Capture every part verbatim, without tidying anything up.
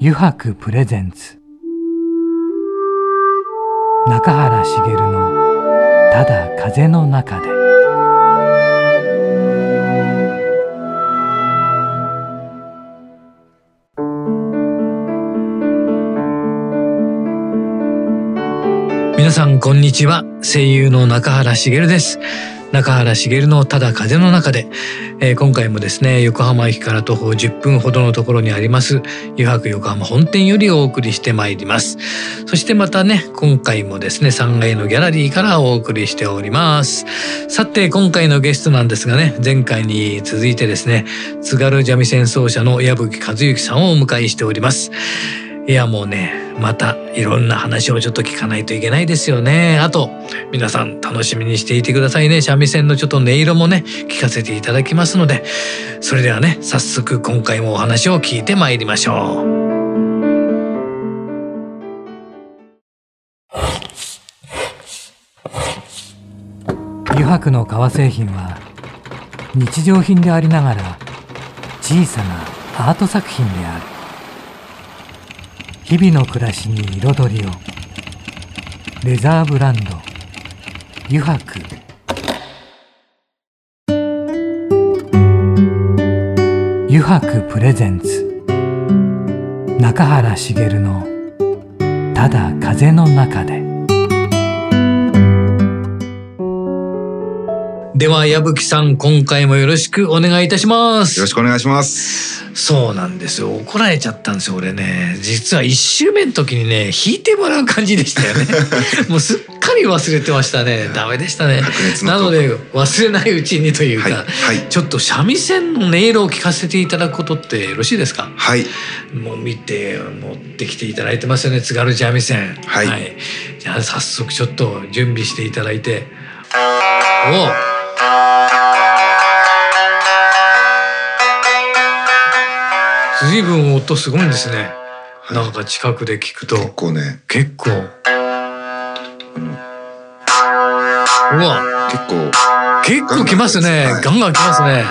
油白プレゼンツ中原茂のただ風の中で。皆さんこんにちは。声優の中原茂です。中原茂のただ風の中で、えー、今回もですね、横浜駅から徒歩じゅっぷんほどのところにあります油白横浜本店よりお送りしてまいります。そしてまたね、今回もですね、さんがいのギャラリーからお送りしております。さて今回のゲストなんですがね、前回に続いてですね、津軽三味線奏者の矢吹和之さんをお迎えしております。いやもうね、またいろんな話をちょっと聞かないといけないですよね。あと皆さん楽しみにしていてくださいね。三味線のちょっと音色もね、聞かせていただきますので、それではね、早速今回もお話を聞いてまいりましょう。油白の革製品は日常品でありながら小さなアート作品である。日々の暮らしに彩りを。レザーブランド油白。油白プレゼンツ中原茂のただ風の中で。では矢吹さん、今回もよろしくお願いいたします。 よろしくお願いします。 そうなんですよ、怒られちゃったんですよ俺ね。実はいち週目の時にね、弾いてもらう感じでしたよねもうすっかり忘れてましたね。ダメでしたね。なので忘れないうちにというか、はいはい、ちょっと三味線の音色を聞かせていただくことってよろしいですか？ はい。 もう見て持ってきていただいてますよね、津軽三味線。 はい、はい、 じゃあ早速ちょっと準備していただいて。お随分音すごいんですね、はい、なんか近くで聞くと結構ね、 結構、うん、うわ結構結構きますね、はい、ガンガンきますね。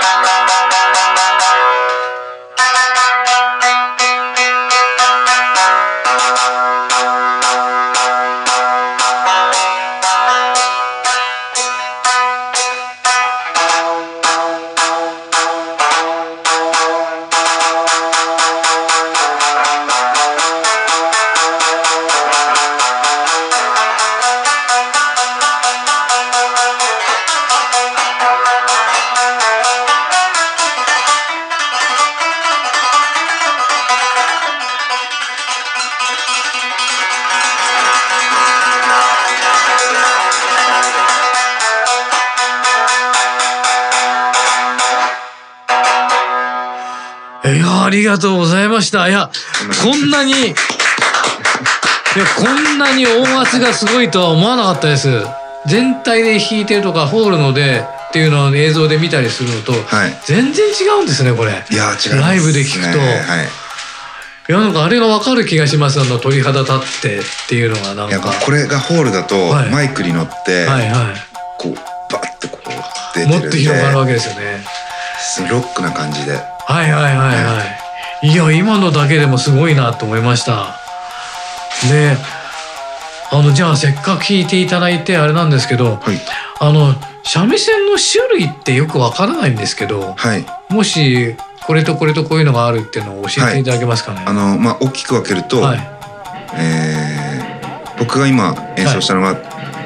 いや、ありがとうございました。いや、こんなにいやこんなに音圧がすごいとは思わなかったです。全体で弾いてるとかホールのでっていうのを映像で見たりするのと、はい、全然違うんですねこれ。 いや違いますね、 ライブで聞くと、はい、いやなんかあれが分かる気がします。あの鳥肌立ってっていうのがなんか、 やっぱこれがホールだとマイクに乗って、はいはいはい、こうバッとこう出てるんで、 もっと広がるわけですよね。 ロックな感じで、 はいはいはいはい、はい、いや今のだけでもすごいなと思いました。で、あのじゃあせっかく弾いていただいてあれなんですけど、はい、あの三味線の種類ってよくわからないんですけど、はい、もしこれとこれとこういうのがあるっていうのを教えていただけますかね。はい、 あのまあ大きく分けると、はい、えー、僕が今演奏したのが、はい、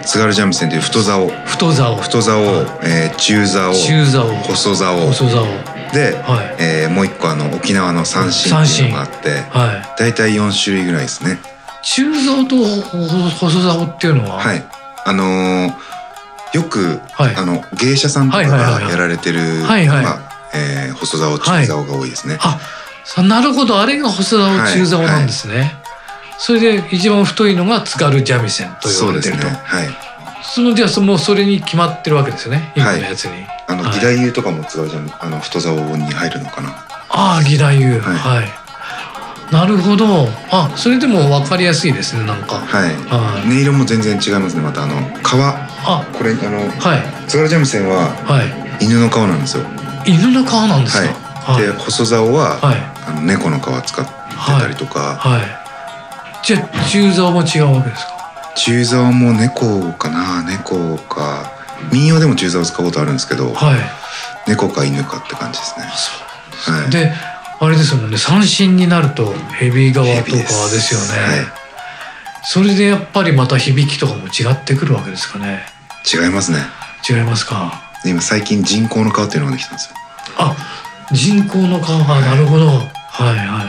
津軽三味線という太棹太棹太棹、えー、中棹中棹細棹細棹で、はい、えー、もう一個あの沖縄の三線っていうのがあって、はい、だいたいよん種類ぐらいですね。 中棹と細棹っていうのは、 はい、あのー、よく、はい、あの芸者さんとかがやられてるのが、えー、細棹中棹が多いですね。 はい、あ、なるほど、あれが細棹中棹なんですね。はいはい、それで一番太いのが津軽三味線と言われてると。そうですね。はい。そのじゃあそのそれに決まってるわけですよね。今のやつに。はい、 あの義太夫とかも津軽三味あの太棹に入るのかな。 ああ、義太夫。はい。はい、なるほど。あ、それでも分かりやすいですね、なんか。 はい。はい、音色も全然違いますね。またあの皮。あ、これあの、はい、津軽三味線は、はい、犬の皮なんですよ。 犬の皮なんですか。 はい。で細棹は、はい、あの猫の皮使っ出たりとか、 はいはい、じゃあ中沢も違うわけですか？ 中沢も猫かな、猫か民謡でも中沢を使うことあるんですけど、はい、猫か犬かって感じですね。 そう、はい、であれですもんね、三振になるとヘビ側とかですよね。はい、それでやっぱりまた響きとかも違ってくるわけですかね？ 違いますね。 違いますか？ 今最近人工の皮っていうのができたんですよ。 あ、人工の皮、はい、なるほど。はいはい。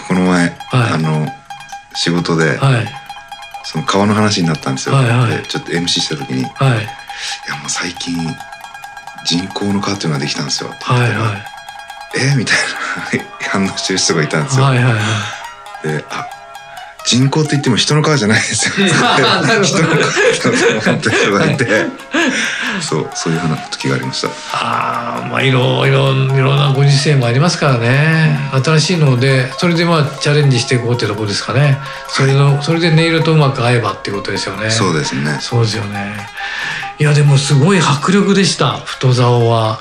この前、はい、あの仕事で、はい、その皮の話になったんですよ。はいはい、でちょっと エムシー した時に、はい、いやもう最近人工の皮っていうのができたんですよって言ったら、はいはい、えみたいな反応してる人がいたんですよ。はいはいはい、で、あ、人工って言っても人の皮じゃないですよ。人の皮だと思った人がいて、そう、そういうふうな時がありました。 ああ、まあいろいろいろんなご時世もありますからね。うん、新しいので、それでまあチャレンジしていこうってとこですかね。それの、はい、それで音色とうまく合えばっていうことですよね。 そうですね。 そうですよね。いやでもすごい迫力でした、太棹は。はい、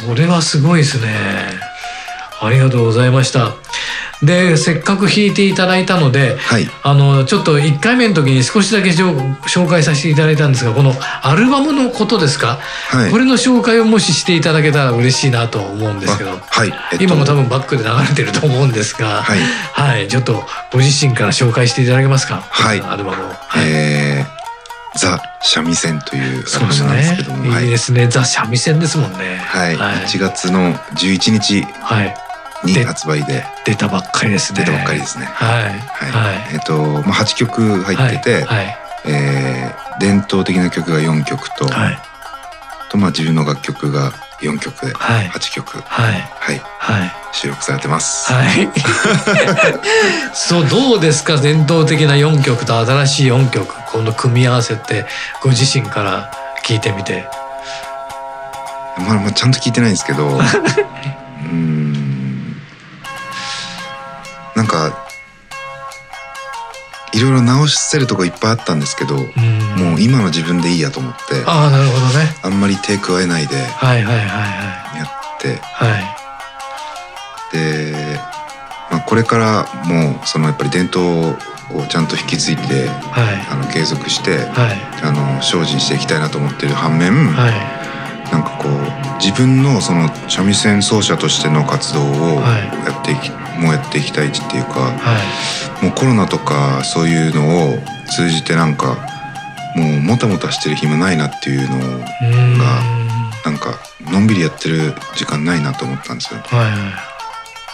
これはすごいですね。ありがとうございました。でせっかく弾いていただいたので、はい、あのちょっといっかいめの時に少しだけ紹介させていただいたんですが、このアルバムのことですか、はい、これの紹介をもししていただけたら嬉しいなと思うんですけど、はい、えっと、今も多分バックで流れてると思うんですが、はいはい、ちょっとご自身から紹介していただけますか？はい、アルバムを。はい、えー、ザ・三味線というアルバムなんですけども、 ね、いいですね、はい、ザ・三味線ですもんね。 はい、はい、いちがつのじゅういちにち、はいに発売で出たばっかりですね。 出たばっかりですね。 はい。 はい。えっとまあはちきょく入ってて、はい、えー、伝統的な曲がよんきょくと、はい、とまあ自分の楽曲がよんきょくではちきょく、はいはいはい、収録されてます。はい。 そうどうですか、伝統的なよんきょくと新しいよんきょく、この組み合わせてご自身から聞いてみて。 まあまあちゃんと聞いてないんですけど。うんなんかいろいろ直せるとこいっぱいあったんですけど、もう今の自分でいいやと思って、 ああなるほどね、 あんまり手加えないでやって、はいはいはいはい、で、まあ、これからもそのやっぱり伝統をちゃんと引き継いで、はい、あの継続して、はい、あの精進していきたいなと思っている反面、はい、なんかこう自分のその三味線奏者としての活動をやっていき、はい、もうやっていきたいっていうか、はい、もうコロナとかそういうのを通じてなんかもうもたもたしてる暇ないなっていうのがなんかのんびりやってる時間ないなと思ったんですよ。はいはい、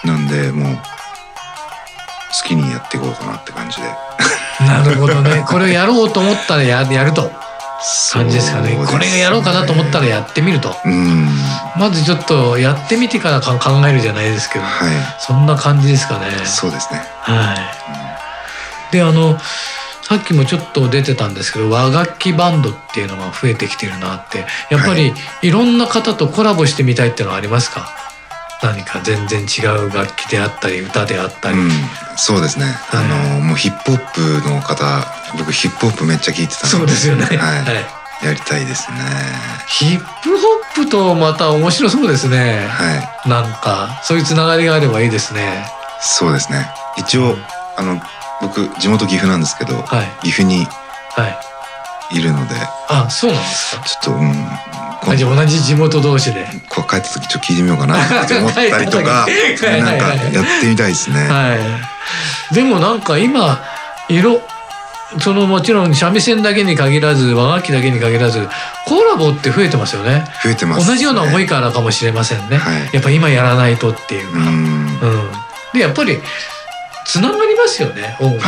なんでもう好きにやっていこうかなって感じで。 なるほどね。これをやろうと思ったら や, やると感じですかね。これがやろうかなと思ったらやってみると。うん、まずちょっとやってみてから考えるじゃないですけど、はい、そんな感じですかね。 そうですね。 はい。うん、であのさっきもちょっと出てたんですけど、和楽器バンドっていうのが増えてきてるなって、やっぱりいろんな方とコラボしてみたいっていうのはありますか？何か全然違う楽器であったり歌であったり。うん、そうですね、 はい、あのもうヒップホップの方、僕ヒップホップめっちゃ聞いてたので、 そうですよね、はい、 はい、やりたいですね。 ヒップホップとまた面白そうですね。はい、なんかそういうつながりがあればいいですね。 そうですね。一応、うん、あの僕地元岐阜なんですけど、はい、岐阜にいるので、はい、 あ、そうなんですか。 ちょっと、うん、 あ、じゃあ同じ地元同士でこう帰った時ちょっと聞いてみようかなって思ったりとかなんかやってみたいですね。はい、 でもなんか今色そのもちろん三味線だけに限らず和楽器だけに限らずコラボって増えてますよね。 増えてますね。 同じような思いからかもしれませんね、はい、やっぱ今やらないとっていうか、うん、うん、でやっぱりつながりますよね、音楽って、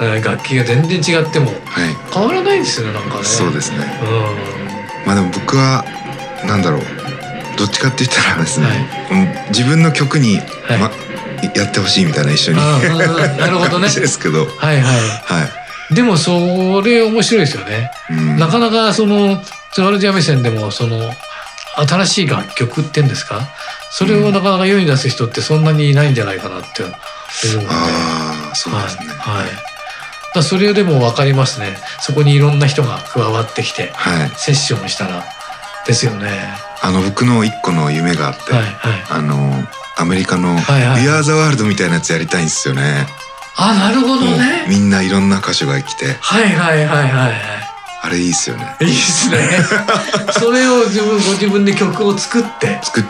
はい、楽器が全然違っても変わらないですよね、なんかね。 そうですね、うん、まあでも僕はなんだろう、どっちかって言ったらですね、はい、自分の曲に、はい、まやってほしいみたいな、一緒になるほどねですけど、はいはいはい、でもそれ面白いですよね、うん、なかなかその津軽三味線でもその新しい楽曲っていうんですか、それをなかなか世に出す人ってそんなにいないんじゃないかなって思うので、 ああそうですね、 はいはい、だそれでも分かりますね。そこにいろんな人が加わってきて、はい、セッションしたらですよね。 あの僕の一個の夢があって、はいはい、あのアメリカの「 はいはい、 We Are the World」みたいなやつやりたいんですよね。 あ、なるほどね。 みんないろんな歌手が来て、 はいはいはいはい。 あれいいっすよね。 いいっすね。それを自分ご自分で曲を作って作って、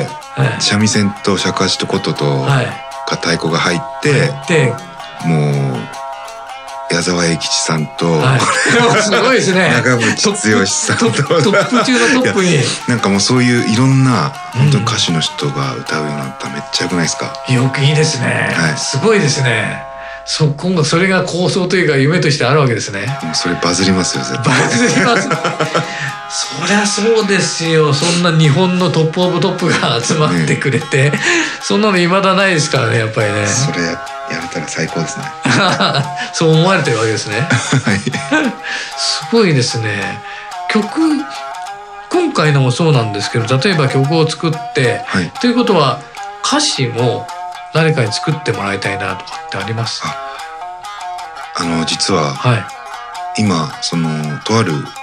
はい、三味線と尺八と琴と、はい、か太鼓が入って、入ってもう矢沢永吉さんと、はい、すごいですね。長渕剛さんとトップ中のトップになんかもうそういういろんな本当に歌手の人が歌うようになったらめっちゃ良くないですか。 よくいいですね、はい、すごいですね。そ今後それが構想というか夢としてあるわけですね。 それバズりますよ絶対。 バズります。そりゃそうですよ。そんな日本のトップオブトップが集まってくれて、ね、そんなの未だないですからねやっぱりね。 それやれたら最高ですね。 そう思われてるわけですね。はい。すごいですね。曲今回のもそうなんですけど、例えば曲を作って、はい、ということは歌詞も誰かに作ってもらいたいなとかってあります？ あ、あの実は、はい、今そのとある、えー、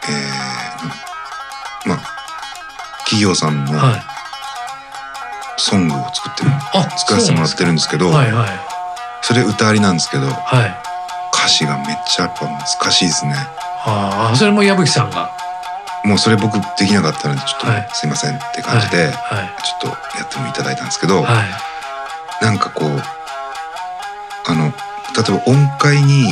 まあ企業さんのソングを作ってる、はい、作らせてもらってるんですけど、はいはい、それ歌ありなんですけど、はい、歌詞がめっちゃやっぱ難しいですね。 ああ、それも矢吹さんが。 もうそれ僕できなかったのでちょっとすいませんって感じで、はいはい、ちょっとやってもいただいたんですけど、はい、なんかこうあの例えば音階に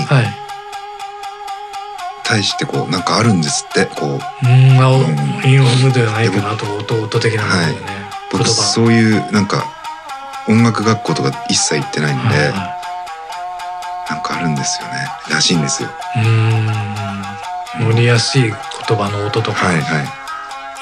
対してこうなんかあるんですって、こう、うん、 あ、うん、韻を踏むではないかなと、音音的なものでね、はい、 僕そういうなんか音楽学校とか一切行ってないんで、はいはい、なんかあるんですよね、らしいんですよ。うーん、乗りやすい言葉の音とか、はいはい、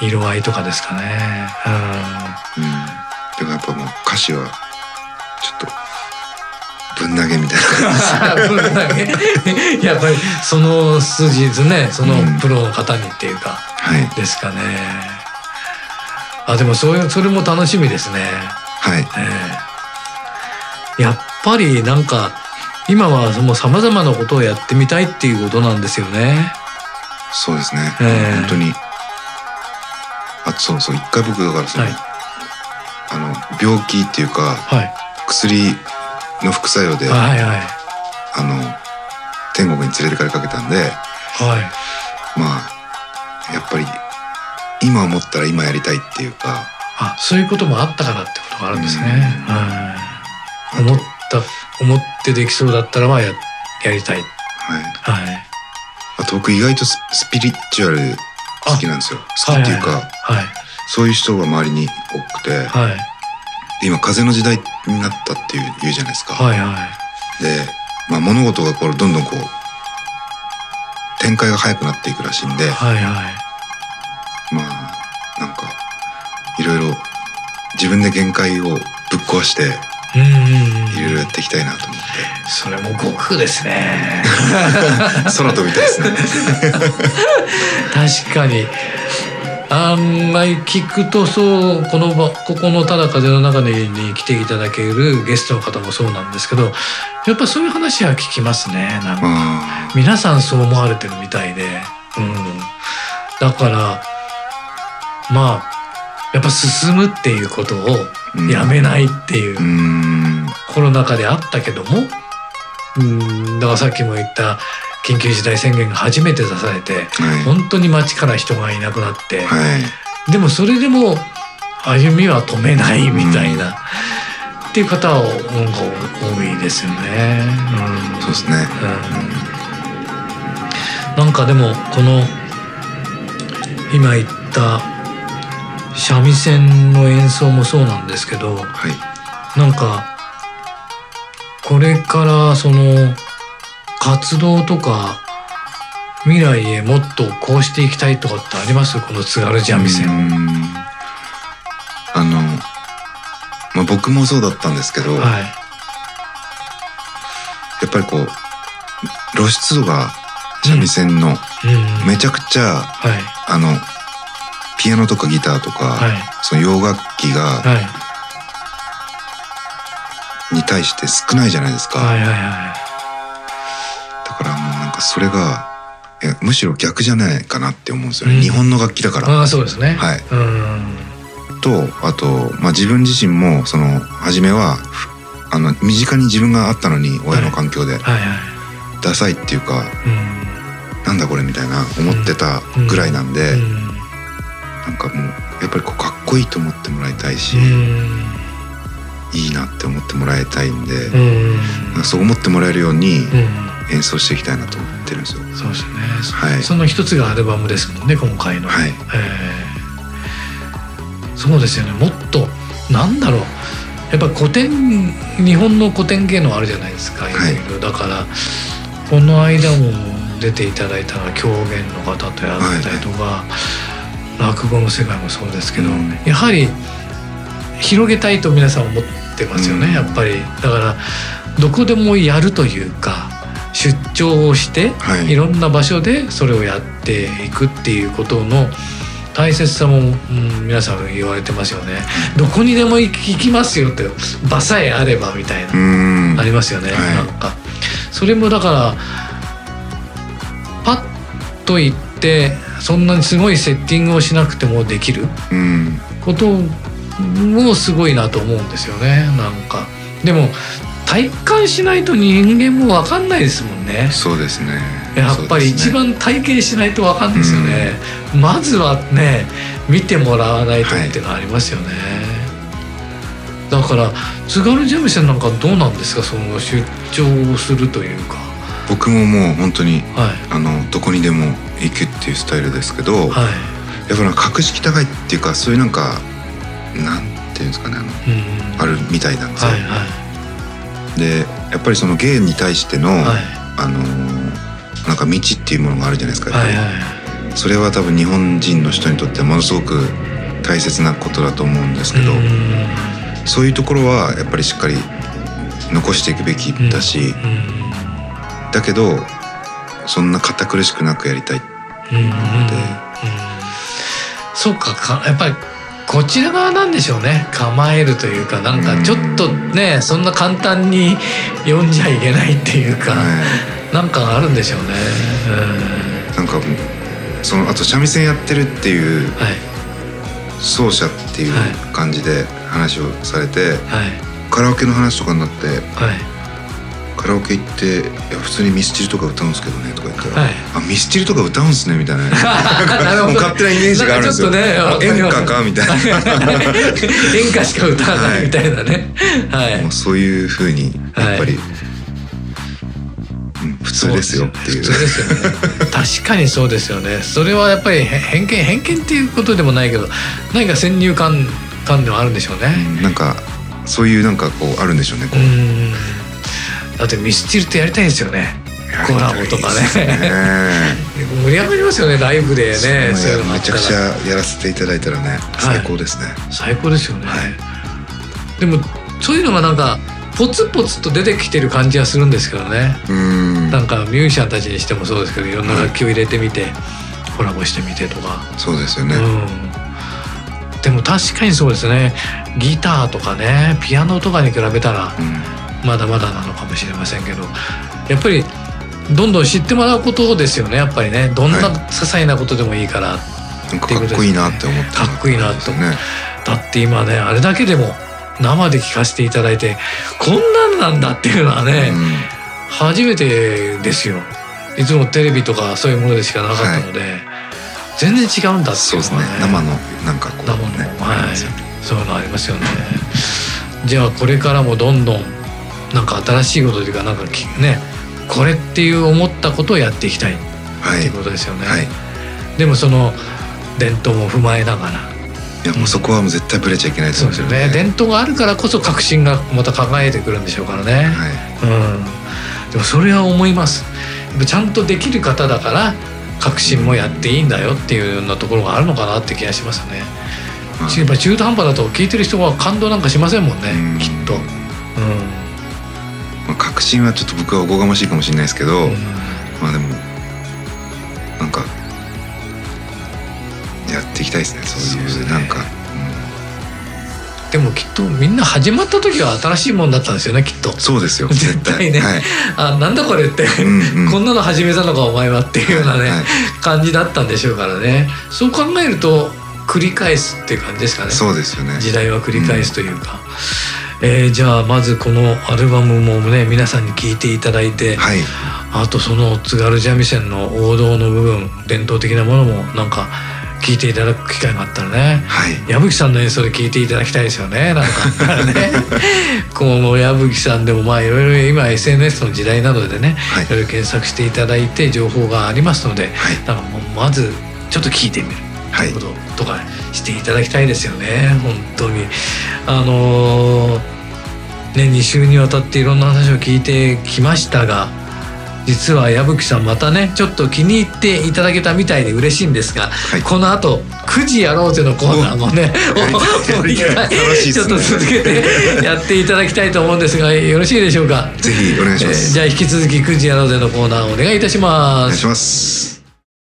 色合いとかですかね。 うん、うん、でもやっぱもう歌詞はちょっとぶん投げみたいな感じです。ぶん投げやっぱりその筋ですね、そのプロの方にっていうか、うん、ですかね。あ、でもそういうそれも楽しみですね。はい、えー、やっぱりなんか今はもうさまざまなことをやってみたいっていうことなんですよね。 そうですね、えー、本当に。あとそうそう、一回僕だからその、はい、あの病気っていうか、はい、薬の副作用で、はいはい、あの天国に連れてかれかけたんで、はい、まあやっぱり今思ったら今やりたいっていうか。 あ、そういうこともあったからってことがあるんですね。うん、思った思ってできそうだったらまあ や, やりたい。はいはい。あと僕意外とスピリチュアル好きなんですよ。好きっていうか、はいはいはい、そういう人が周りに多くて、はい、今風の時代になったっていう言うじゃないですか。はいはい、で、まあ、物事がこうどんどんこう展開が早くなっていくらしいんで、はいはい、まあなんかいろいろ自分で限界をぶっ壊していろいろやっていきたいなと思って。 それも悟空ですね。 空飛びたいですね。 確かに案外聞くと、そうこの場ここのただ風の中に来ていただけるゲストの方もそうなんですけど、やっぱそういう話は聞きますね。なんか皆さんそう思われてるみたいで、うん、だからまあやっぱ進むっていうことをやめないっていう、うん、コロナ禍であったけども、うん、だからさっきも言った緊急事態宣言が初めて出されて、はい、本当に街から人がいなくなって、はい、でもそれでも歩みは止めないみたいな、うん、っていう方はなんか多いですよね。 うん、そうですね、 うん、なんかでもこの今言った三味線の演奏もそうなんですけど、はい、なんかこれからその活動とか未来へもっとこうしていきたいとかってあります？この津軽三味線。 あの、まあ、僕もそうだったんですけど、はい、やっぱりこう露出度が三味線のめちゃくちゃ、うんうん、はい、あのピアノとかギターとか、はい、その洋楽器が、はい、に対して少ないじゃないですか。はいはいはい、だからもうなんかそれがいやむしろ逆じゃないかなって思うんですよね、うん、日本の楽器だから。 ああそうですね。 はい。うんとあと、まあ、自分自身もその初めはあの身近に自分があったのに親の環境で、はいはいはい、ダサいっていうか、うん、なんだこれみたいな思ってたぐらいなんで、うんうん、なんかもうやっぱりこうかっこいいと思ってもらいたいし、うん、いいなって思ってもらいたいんで、うん、そう思ってもらえるように演奏していきたいなと思ってるんですよ。 そうですね、はい、その一つがアルバムですもんね今回の。 はい、えーそうですよね。もっとなんだろうやっぱ古典日本の古典芸能あるじゃないですか、いろいろ、はい、だからこの間も出ていただいたのは狂言の方とやったりとか、はい、落語の世界もそうですけど、うん、やはり広げたいと皆さん思ってますよね、うん、やっぱりだからどこでもやるというか出張をして、はい、いろんな場所でそれをやっていくっていうことの大切さも、うん、皆さん言われてますよね。どこにでも行きますよって場さえあればみたいなありますよね、はい、なんかそれもだからパッと行ってそんなにすごいセッティングをしなくてもできることもすごいなと思うんですよね。なんかでも体感しないと人間も分かんないですもんね。 そうですね。 やっぱり一番体験しないと分かんないですよね、うん、まずはね見てもらわないとっていうのはありますよね、はい、だから津軽三味線なんかどうなんですか、その出張をするというか。 僕ももう本当に、はい、あのどこにでも行くっていうスタイルですけど、はい、やっぱり格式高いっていうかそういうなんかなんていうんですかね、あの、うん、あるみたいなんですよ、はいはい、でやっぱりその芸に対しての、はい、あのなんか道っていうものがあるじゃないですか、はいはいはい、それは多分日本人の人にとってものすごく大切なことだと思うんですけど、そういうところはやっぱりしっかり残していくべきだし、だけどそんな堅苦しくなくやりたいので、 そうか、かやっぱりこちら側なんでしょうね、構えるというか、なんかちょっとねそんな簡単に読んじゃいけないっていうか、はい、なんかあるんでしょうね、 うん、なんかそのあと三味線やってるっていう、はい、奏者っていう感じで話をされて、はい、カラオケの話とかになって、はい、カラオケ行っていや普通にミスチルとか歌うんですけどねとか言ったら、はい、あミスチルとか歌うんすねみたいなもう勝手なイメージがあるんですよ、ね、演歌かみたいな演歌しか歌わないみたいなね、はいはい、 もうそういう風にやっぱり、はい、うん、普通ですよっていう。 普通ですよね確かにそうですよね。それはやっぱり偏見偏見っていうことでもないけど何か先入観観ではあるんでしょうね、 うん、なんかそういうなんかこうあるんでしょうね、こう。 うんだってミスチルってやりたいですよね、コラボとかね盛り上がりますよねライブでね。そういうのめちゃくちゃやらせていただいたらね、最高ですね、はい、 最高ですよね、はい、でもそういうのがなんかポツポツと出てきてる感じはするんですけどね。うんなんかミュージシャンたちにしてもそうですけどいろんな楽器を入れてみて、はい、コラボしてみてとか。 そうですよね、うん、 でも確かにそうですね、ギターとかねピアノとかに比べたら、うんまだまだなのかもしれませんけど、やっぱりどんどん知ってもらうことですよね、やっぱりね。どんな些細なことでもいいからっていうことですね。 かっこいいなって思って、 かっこいいなって思って、だって今ねあれだけでも生で聴かせていただいてこんなんなんだっていうのはね、うん、初めてですよ。いつもテレビとかそういうものでしかなかったので、はい、全然違うんだっていうのはね。そうですね、 生のなんかこう、ね、 生の、はい、そういうのありますよねじゃあこれからもどんどんなんか新しいことというかなんかねこれっていう思ったことをやっていきたいっていうことですよね、はいはい、でもその伝統も踏まえながら、 いやもうそこはもう絶対ブレちゃいけないと思うんですよね、 うん、そうですよね。伝統があるからこそ革新がまた考えてくるんでしょうからね、はいうん、でもそれは思います。やっぱちゃんとできる方だから革新もやっていいんだよっていうようなところがあるのかなって気がしますね、うん、やっぱ中途半端だと聞いてる人は感動なんかしませんもんね、うん、きっと、うん革新はちょっと僕はおこがましいかもしれないですけど、うん、まあでもなんかやっていきたいですね、そういう、そうですね、なんか、 でもきっとみんな始まった時は新しいもんだったんですよね、きっと。 そうですよ絶対ね、はい、あ、なんだこれって、うん、うん、こんなの始めたのかお前はっていうようなね、はいはい、感じだったんでしょうからね。そう考えると繰り返すっていう感じですかね。 そうですよね、 時代は繰り返すというか、うん、えー、じゃあまずこのアルバムもね皆さんに聴いていただいて、はい、あとその津軽三味線の王道の部分、伝統的なものもなんか聞いていただく機会があったらね、はい、矢吹さんの演奏で聞いていただきたいですよね。なんかあったらねこの矢吹さんでもまあいろいろ今 エスエヌエス の時代などでね、はい、いろいろ検索していただいて情報がありますので、はい、なんかもうまずちょっと聞いてみるということとかしていただきたいですよね。本当にあのー、ねに週にわたっていろんな話を聞いてきましたが、実は矢吹さんまたねちょっと気に入っていただけたみたいで嬉しいんですが、はい、この後くじやろうぜのコーナーもねちょっと続けてやっていただきたいと思うんですがよろしいでしょうか。 ぜひお願いします、 えー、じゃあ引き続きくじやろうぜのコーナーをお願いいたします。 お願いします。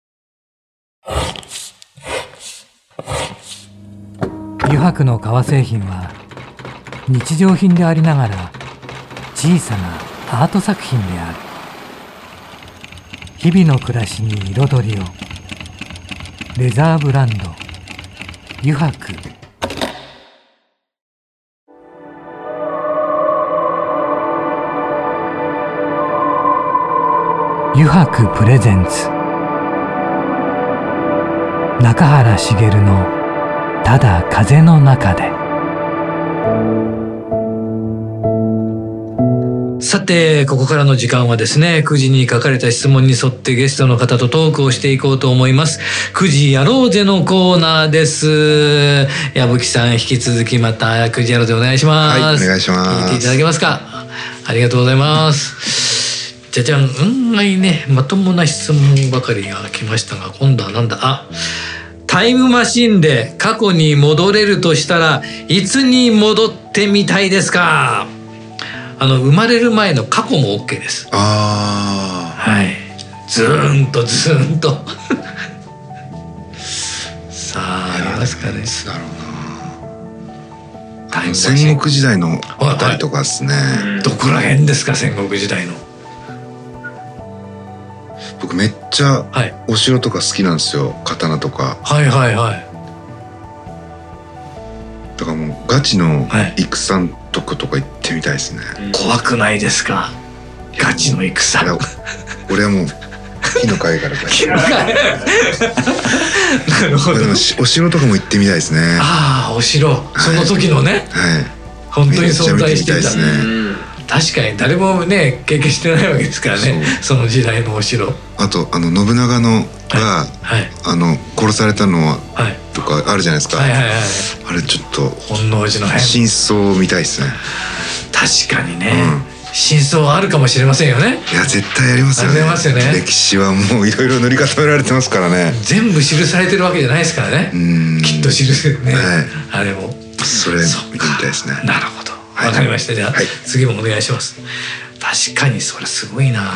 油白の革製品は日常品でありながら小さなアート作品である。日々の暮らしに彩りを。レザーブランド油白。油白プレゼンツ中原茂のただ風の中で。さてここからの時間はですね、くじに書かれた質問に沿ってゲストの方とトークをしていこうと思います。くじやろうぜのコーナーです。矢吹さん引き続きまたくじやろうぜお願いします。 はい、お願いします。 聞いていただけますか。ありがとうございます。じゃじゃん、案外ねまともな質問ばかりが来ましたが、今度はなんだ。あ、タイムマシンで過去に戻れるとしたらいつに戻ってみたいですか。あの生まれる前の過去も OK です。 ああ、 はい、ずーんとずーんとさあありますかね。 だろうな、戦国時代のあたりとかですね、 はい、どこら辺ですか戦国時代の。 僕めっちゃお城とか好きなんですよ、刀とか。 はいはいはい。 だからもうガチの戦のとことか行ってみたいですね、 はい、怖くないですかガチの戦。 俺はもう火の貝から火の貝なるほど。 でもお城とかも行ってみたいですね。 ああお城、はい、その時のね、はい、本当に存在していた。ね、確かに誰もね経験してないわけですからね、 そ, その時代のお城。あとあの信長のが、はいはい、あの殺されたのは、はい、とかあるじゃないですか、はいはいはい、あれちょっと本能寺の変真相を見たいですね。 確かにね、うん、真相はあるかもしれませんよね。 いや絶対ありますよね。 ありますよね。 歴史はもういろいろ塗り固められてますからね。 全部記されてるわけじゃないですからね。うんきっと記すね、はい、あれもそれ見てみたいですね。 なるほど、わかりました。じゃあ、はい、次もお願いします。確かにそれすごいな。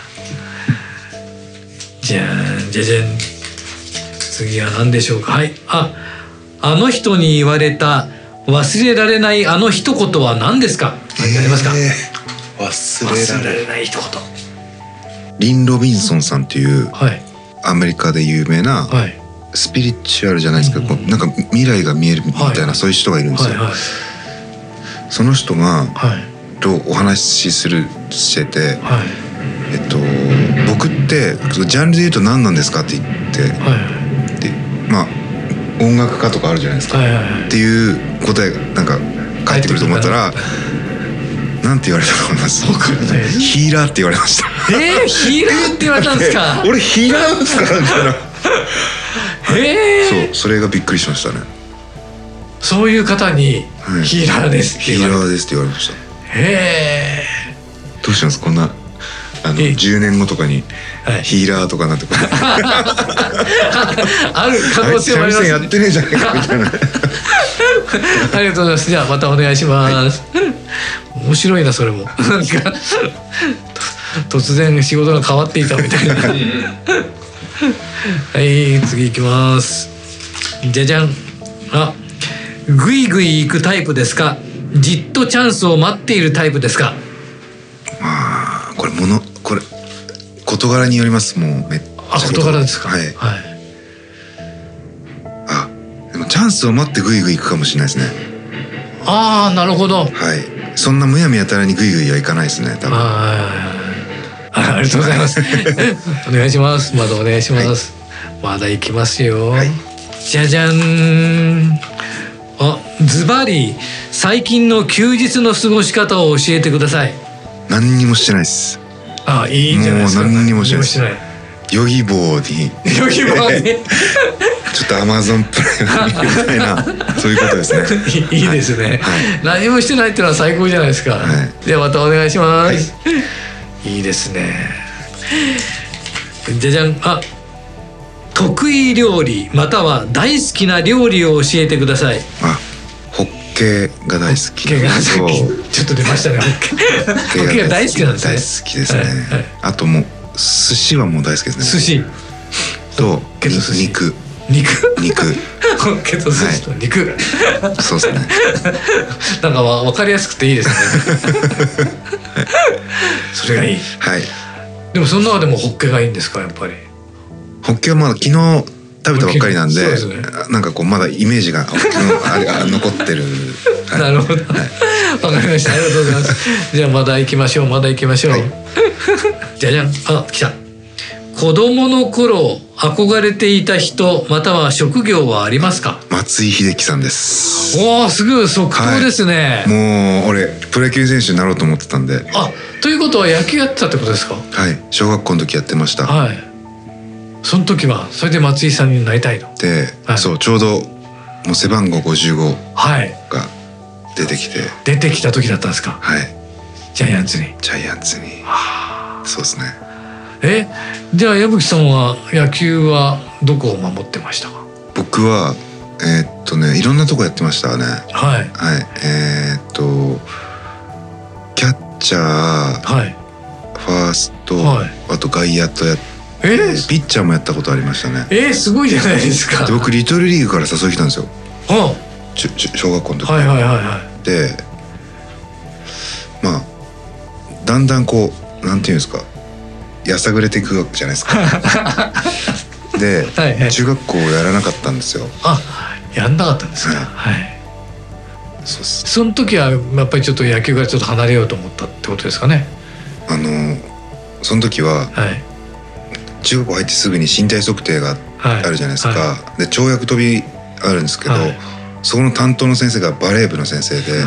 じゃんじゃじゃん、次は何でしょうか。はい、あ、あの人に言われた忘れられないあの一言は何ですか。何かありますか。えー、忘れられない一言。 リン・ロビンソンさんっていう、はい、アメリカで有名な、はい、スピリチュアルじゃないですけど、うんうん、なんか未来が見えるみたいな、はい、そういう人がいるんですよ、はいはい、その人が、はい、とお話しするしてて、はい、えっと僕ってジャンルで言うと何なんですかって言って、はいはい、でまあ音楽家とかあるじゃないですか、はいはいはい、っていう答えがなんか返ってくると思ったらなんて言われたと思います。ヒーラーって言われました。 えー、ヒーラーって言われたんですか。 俺ヒーラーなんですかみたいな。 へー、 そうそれがびっくりしましたね。 そういう方にヒーラーですって言われた、 ヒーラーですって言われました。 へー、どうしますこんなあのじゅうねんごとかにヒーラーとかなってこれある可能性もありますね。やってねえじゃないかみたいなありがとうございます。じゃあまたお願いします、はい、面白いなそれもなんか突然仕事が変わっていたみたいなはい次行きます。じゃじゃん。あ、 ぐいぐい行くタイプですか、じっとチャンスを待っているタイプですか。 まあこれものこれ事柄によります。もうめっちゃあ、事柄ですか。 はい、 はい、 あ、でもチャンスを待ってグイグイ行くかもしれないですね。 ああ、なるほど。 はい、そんなむやみやたらにグイグイはいかないですね、多分。 ああ、ありがとうございますお願いします。まだお願いします、はい、まだ行きますよ、はい、じゃじゃん。あ、ズバリ最近の休日の過ごし方を教えてください。 何にもしてないです。 ああ、いいんじゃないですか。 もう何にもしてないです。ヨギボーにヨギボーにちょっとアマゾンプライムみたいなそういうことですねいいですね、はい、何もしてないっていうのは最高じゃないですか、はい、ではまたお願いします、はい、いいですね。じゃじゃん。あ、得意料理または大好きな料理を教えてください。 あ、ホッケが大好き。 ホッケが大好き。ちょっと出ましたね。ホッケ。ホッケが大好きなんですね。 大好きですね、はいはい、あともう寿司はもう大好きですね。 寿司と肉肉肉ホッケと寿司と肉、 はい、そうですねなんかわ分かりやすくていいですねそれがいい。はい。でもその中でもホッケがいいんですか、やっぱり。ホッケはまだ昨日食べたばっかりなんで、でね、なんかこうまだイメージがあれあ残ってる、 はい、なるほど、わ、はい、かりました。ありがとうございますじゃあまだ行きましょうまだ行きましょう、はい、じゃじゃん。あ、来た。子供の頃憧れていた人または職業はありますか。 松井秀喜さんです。 おー、すぐ即答ですね、 はい、もう俺プロ野球選手になろうと思ってたんで。 あ、ということは野球やってたってことですか。 はい、小学校の時やってました。 はい。その時はそれで松井さんになりたいので、はい、そうちょうどもう背番号ごじゅうごが出てきて、はい、 出てきた時だったんですか。 はい。 ジャイアンツに。 ジャイアンツに。はあ、そうですね。 え、じゃあ矢吹さんは野球はどこを守ってましたか。 僕はえー、っとねいろんなとこやってましたね。 はい。 はい。えー、っとキャッチャー、はい、ファースト、はい、あと外野とやって。えー、ピッチャーもやったことありましたね。 えー、すごいじゃないですか。 で僕リトルリーグから誘い来たんですよ。 ああ、 ちょちょ小学校の時。 はいはいはいはい。 で、まあだんだんこうなんていうんですか、やさぐれていくわけじゃないですか。で、はいはい、中学校やらなかったんですよ。 あ、やんなかったんですか。はい。はい、そうです。その時はやっぱりちょっと野球からちょっと離れようと思ったってことですかね。あのその時は。はい。中学校入ってすぐに身体測定があるじゃないですか、はいはい、で跳躍跳びあるんですけど、はい、そこの担当の先生がバレー部の先生で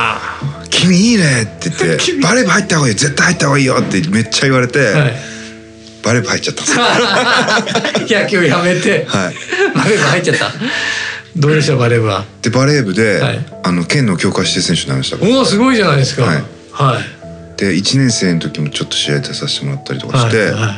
「君いいね」って言って「バレー部入った方がいいよ絶対入った方がいいよ」ってめっちゃ言われて、はい、バレー部入っちゃったんですよ野球やめて、はい、バレー部入っちゃった。どうでしたバレー部は。 でバレー部で、はい、あの県の強化指定選手になりました。 おお、すごいじゃないですか。はい、はい、 でいちねん生の時もちょっと試合出させてもらったりとかして、はいはい、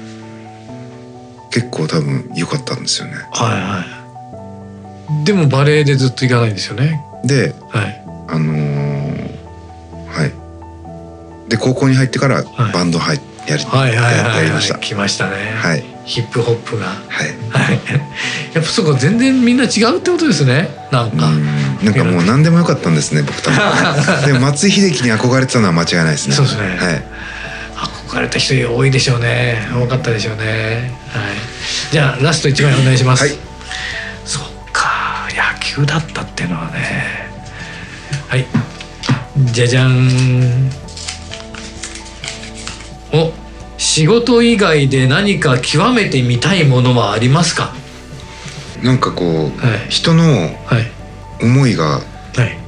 結構多分良かったんですよね。はいはい。でもバレエでずっと行かないんですよね。で、はい、あのー、はい。で高校に入ってからバンド入っ、はい、やり、はいはいはいはい、やりました。来ましたね。はい。ヒップホップが。はい。はい。やっぱそこ全然みんな違うってことですね。なんか。んなんかもう何でもよかったんですね僕多分。でも松井秀喜に憧れてたのは間違いないですね。そうですね。はい。憧れた人多いでしょうね。多かったでしょうね。はい。じゃあラスト一枚お願いします。はい。そっか、野球だったっていうのはね。はい。じゃじゃん。お、仕事以外で何か極めてみたいものはありますか。なんかこう、はい、人の思いが、はい、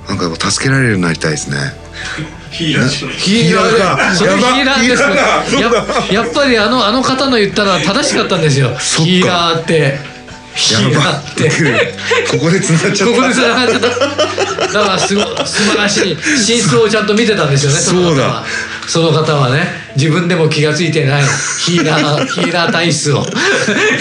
なんか助けられるようになりたいですね。ヒーラーヒーラーか。それヒーラーです。や, やっぱりあのあの方の言ったのは正しかったんですよ。ヒーラーってヒーラーってここで繋がっちゃった。ここで繋がっちゃった。だからすご素晴らしい真相をちゃんと見てたんですよね。そうだ。その方はね、自分でも気がついてないヒーラーヒーラー体質を。そう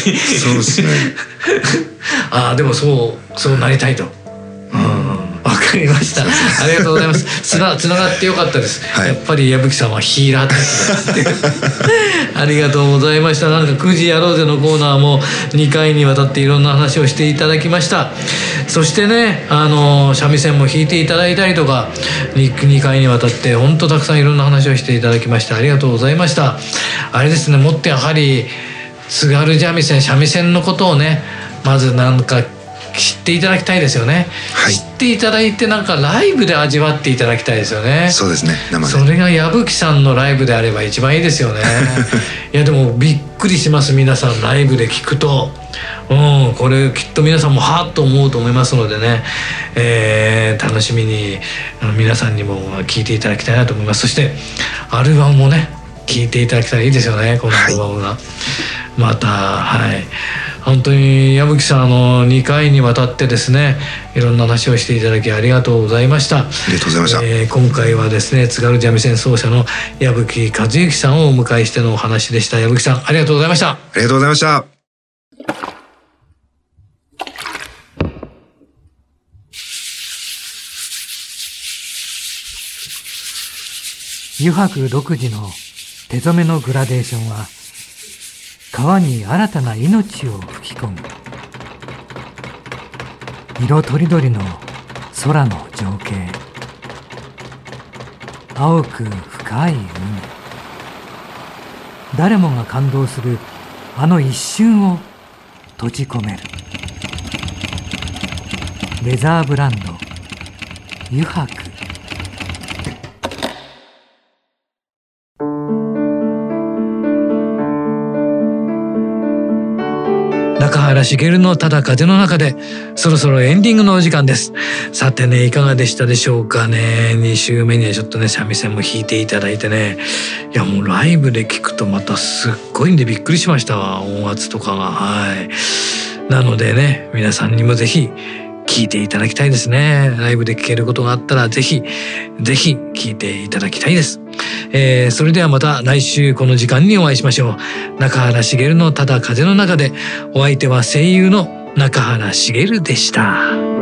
ですね。ああ、でもそうそうなりたいと。うん、わかかりました。ありがとうございます。つな、つながってよかったです。はい、やっぱり矢吹さんはヒーラータイプだってありがとうございました。なんかくじやろうぜのコーナーもにかいにわたっていろんな話をしていただきました。そしてね、あの三味線も弾いていただいたりとか 2, にかいにわたって本当たくさんいろんな話をしていただきましてありがとうございました。あれですね、もっとやはり津軽三味線三味線のことをね、まずなんか知っていただきたいですよね、はい、知っていただいてなんかライブで味わっていただきたいですよね。 そうですね、生で。 それが矢吹さんのライブであれば一番いいですよねいやでもびっくりします。皆さんライブで聞くと、うん、これきっと皆さんもはっと思うと思いますのでね、えー、楽しみに皆さんにも聞いていただきたいなと思います。そしてアルバムもね聞いていただきたらいいですよね、このアルバムが、はい、またはい本当に矢吹さんあのにかいにわたってですねいろんな話をしていただきありがとうございました。ありがとうございました、 えー、今回はですね津軽三味線奏者の矢吹和之さんをお迎えしてのお話でした。矢吹さんありがとうございました。 ありがとうございました。 油白独自の手染めのグラデーションは川に新たな命を吹き込む。色とりどりの空の情景、青く深い海、誰もが感動するあの一瞬を閉じ込める。レザーブランド油白。中原茂のただ風の中でそろそろエンディングのお時間です。さてねいかがでしたでしょうかね。に週目にはちょっとね三味線も弾いていただいてね、いやもうライブで聞くとまたすっごいんでびっくりしましたわ、音圧とかが。はいなのでね皆さんにもぜひ聞いていただきたいですね。ライブで聞けることがあったらぜひぜひ聞いていただきたいです。えー、それではまた来週この時間にお会いしましょう。中原茂のただ風の中で、お相手は声優の中原茂でした。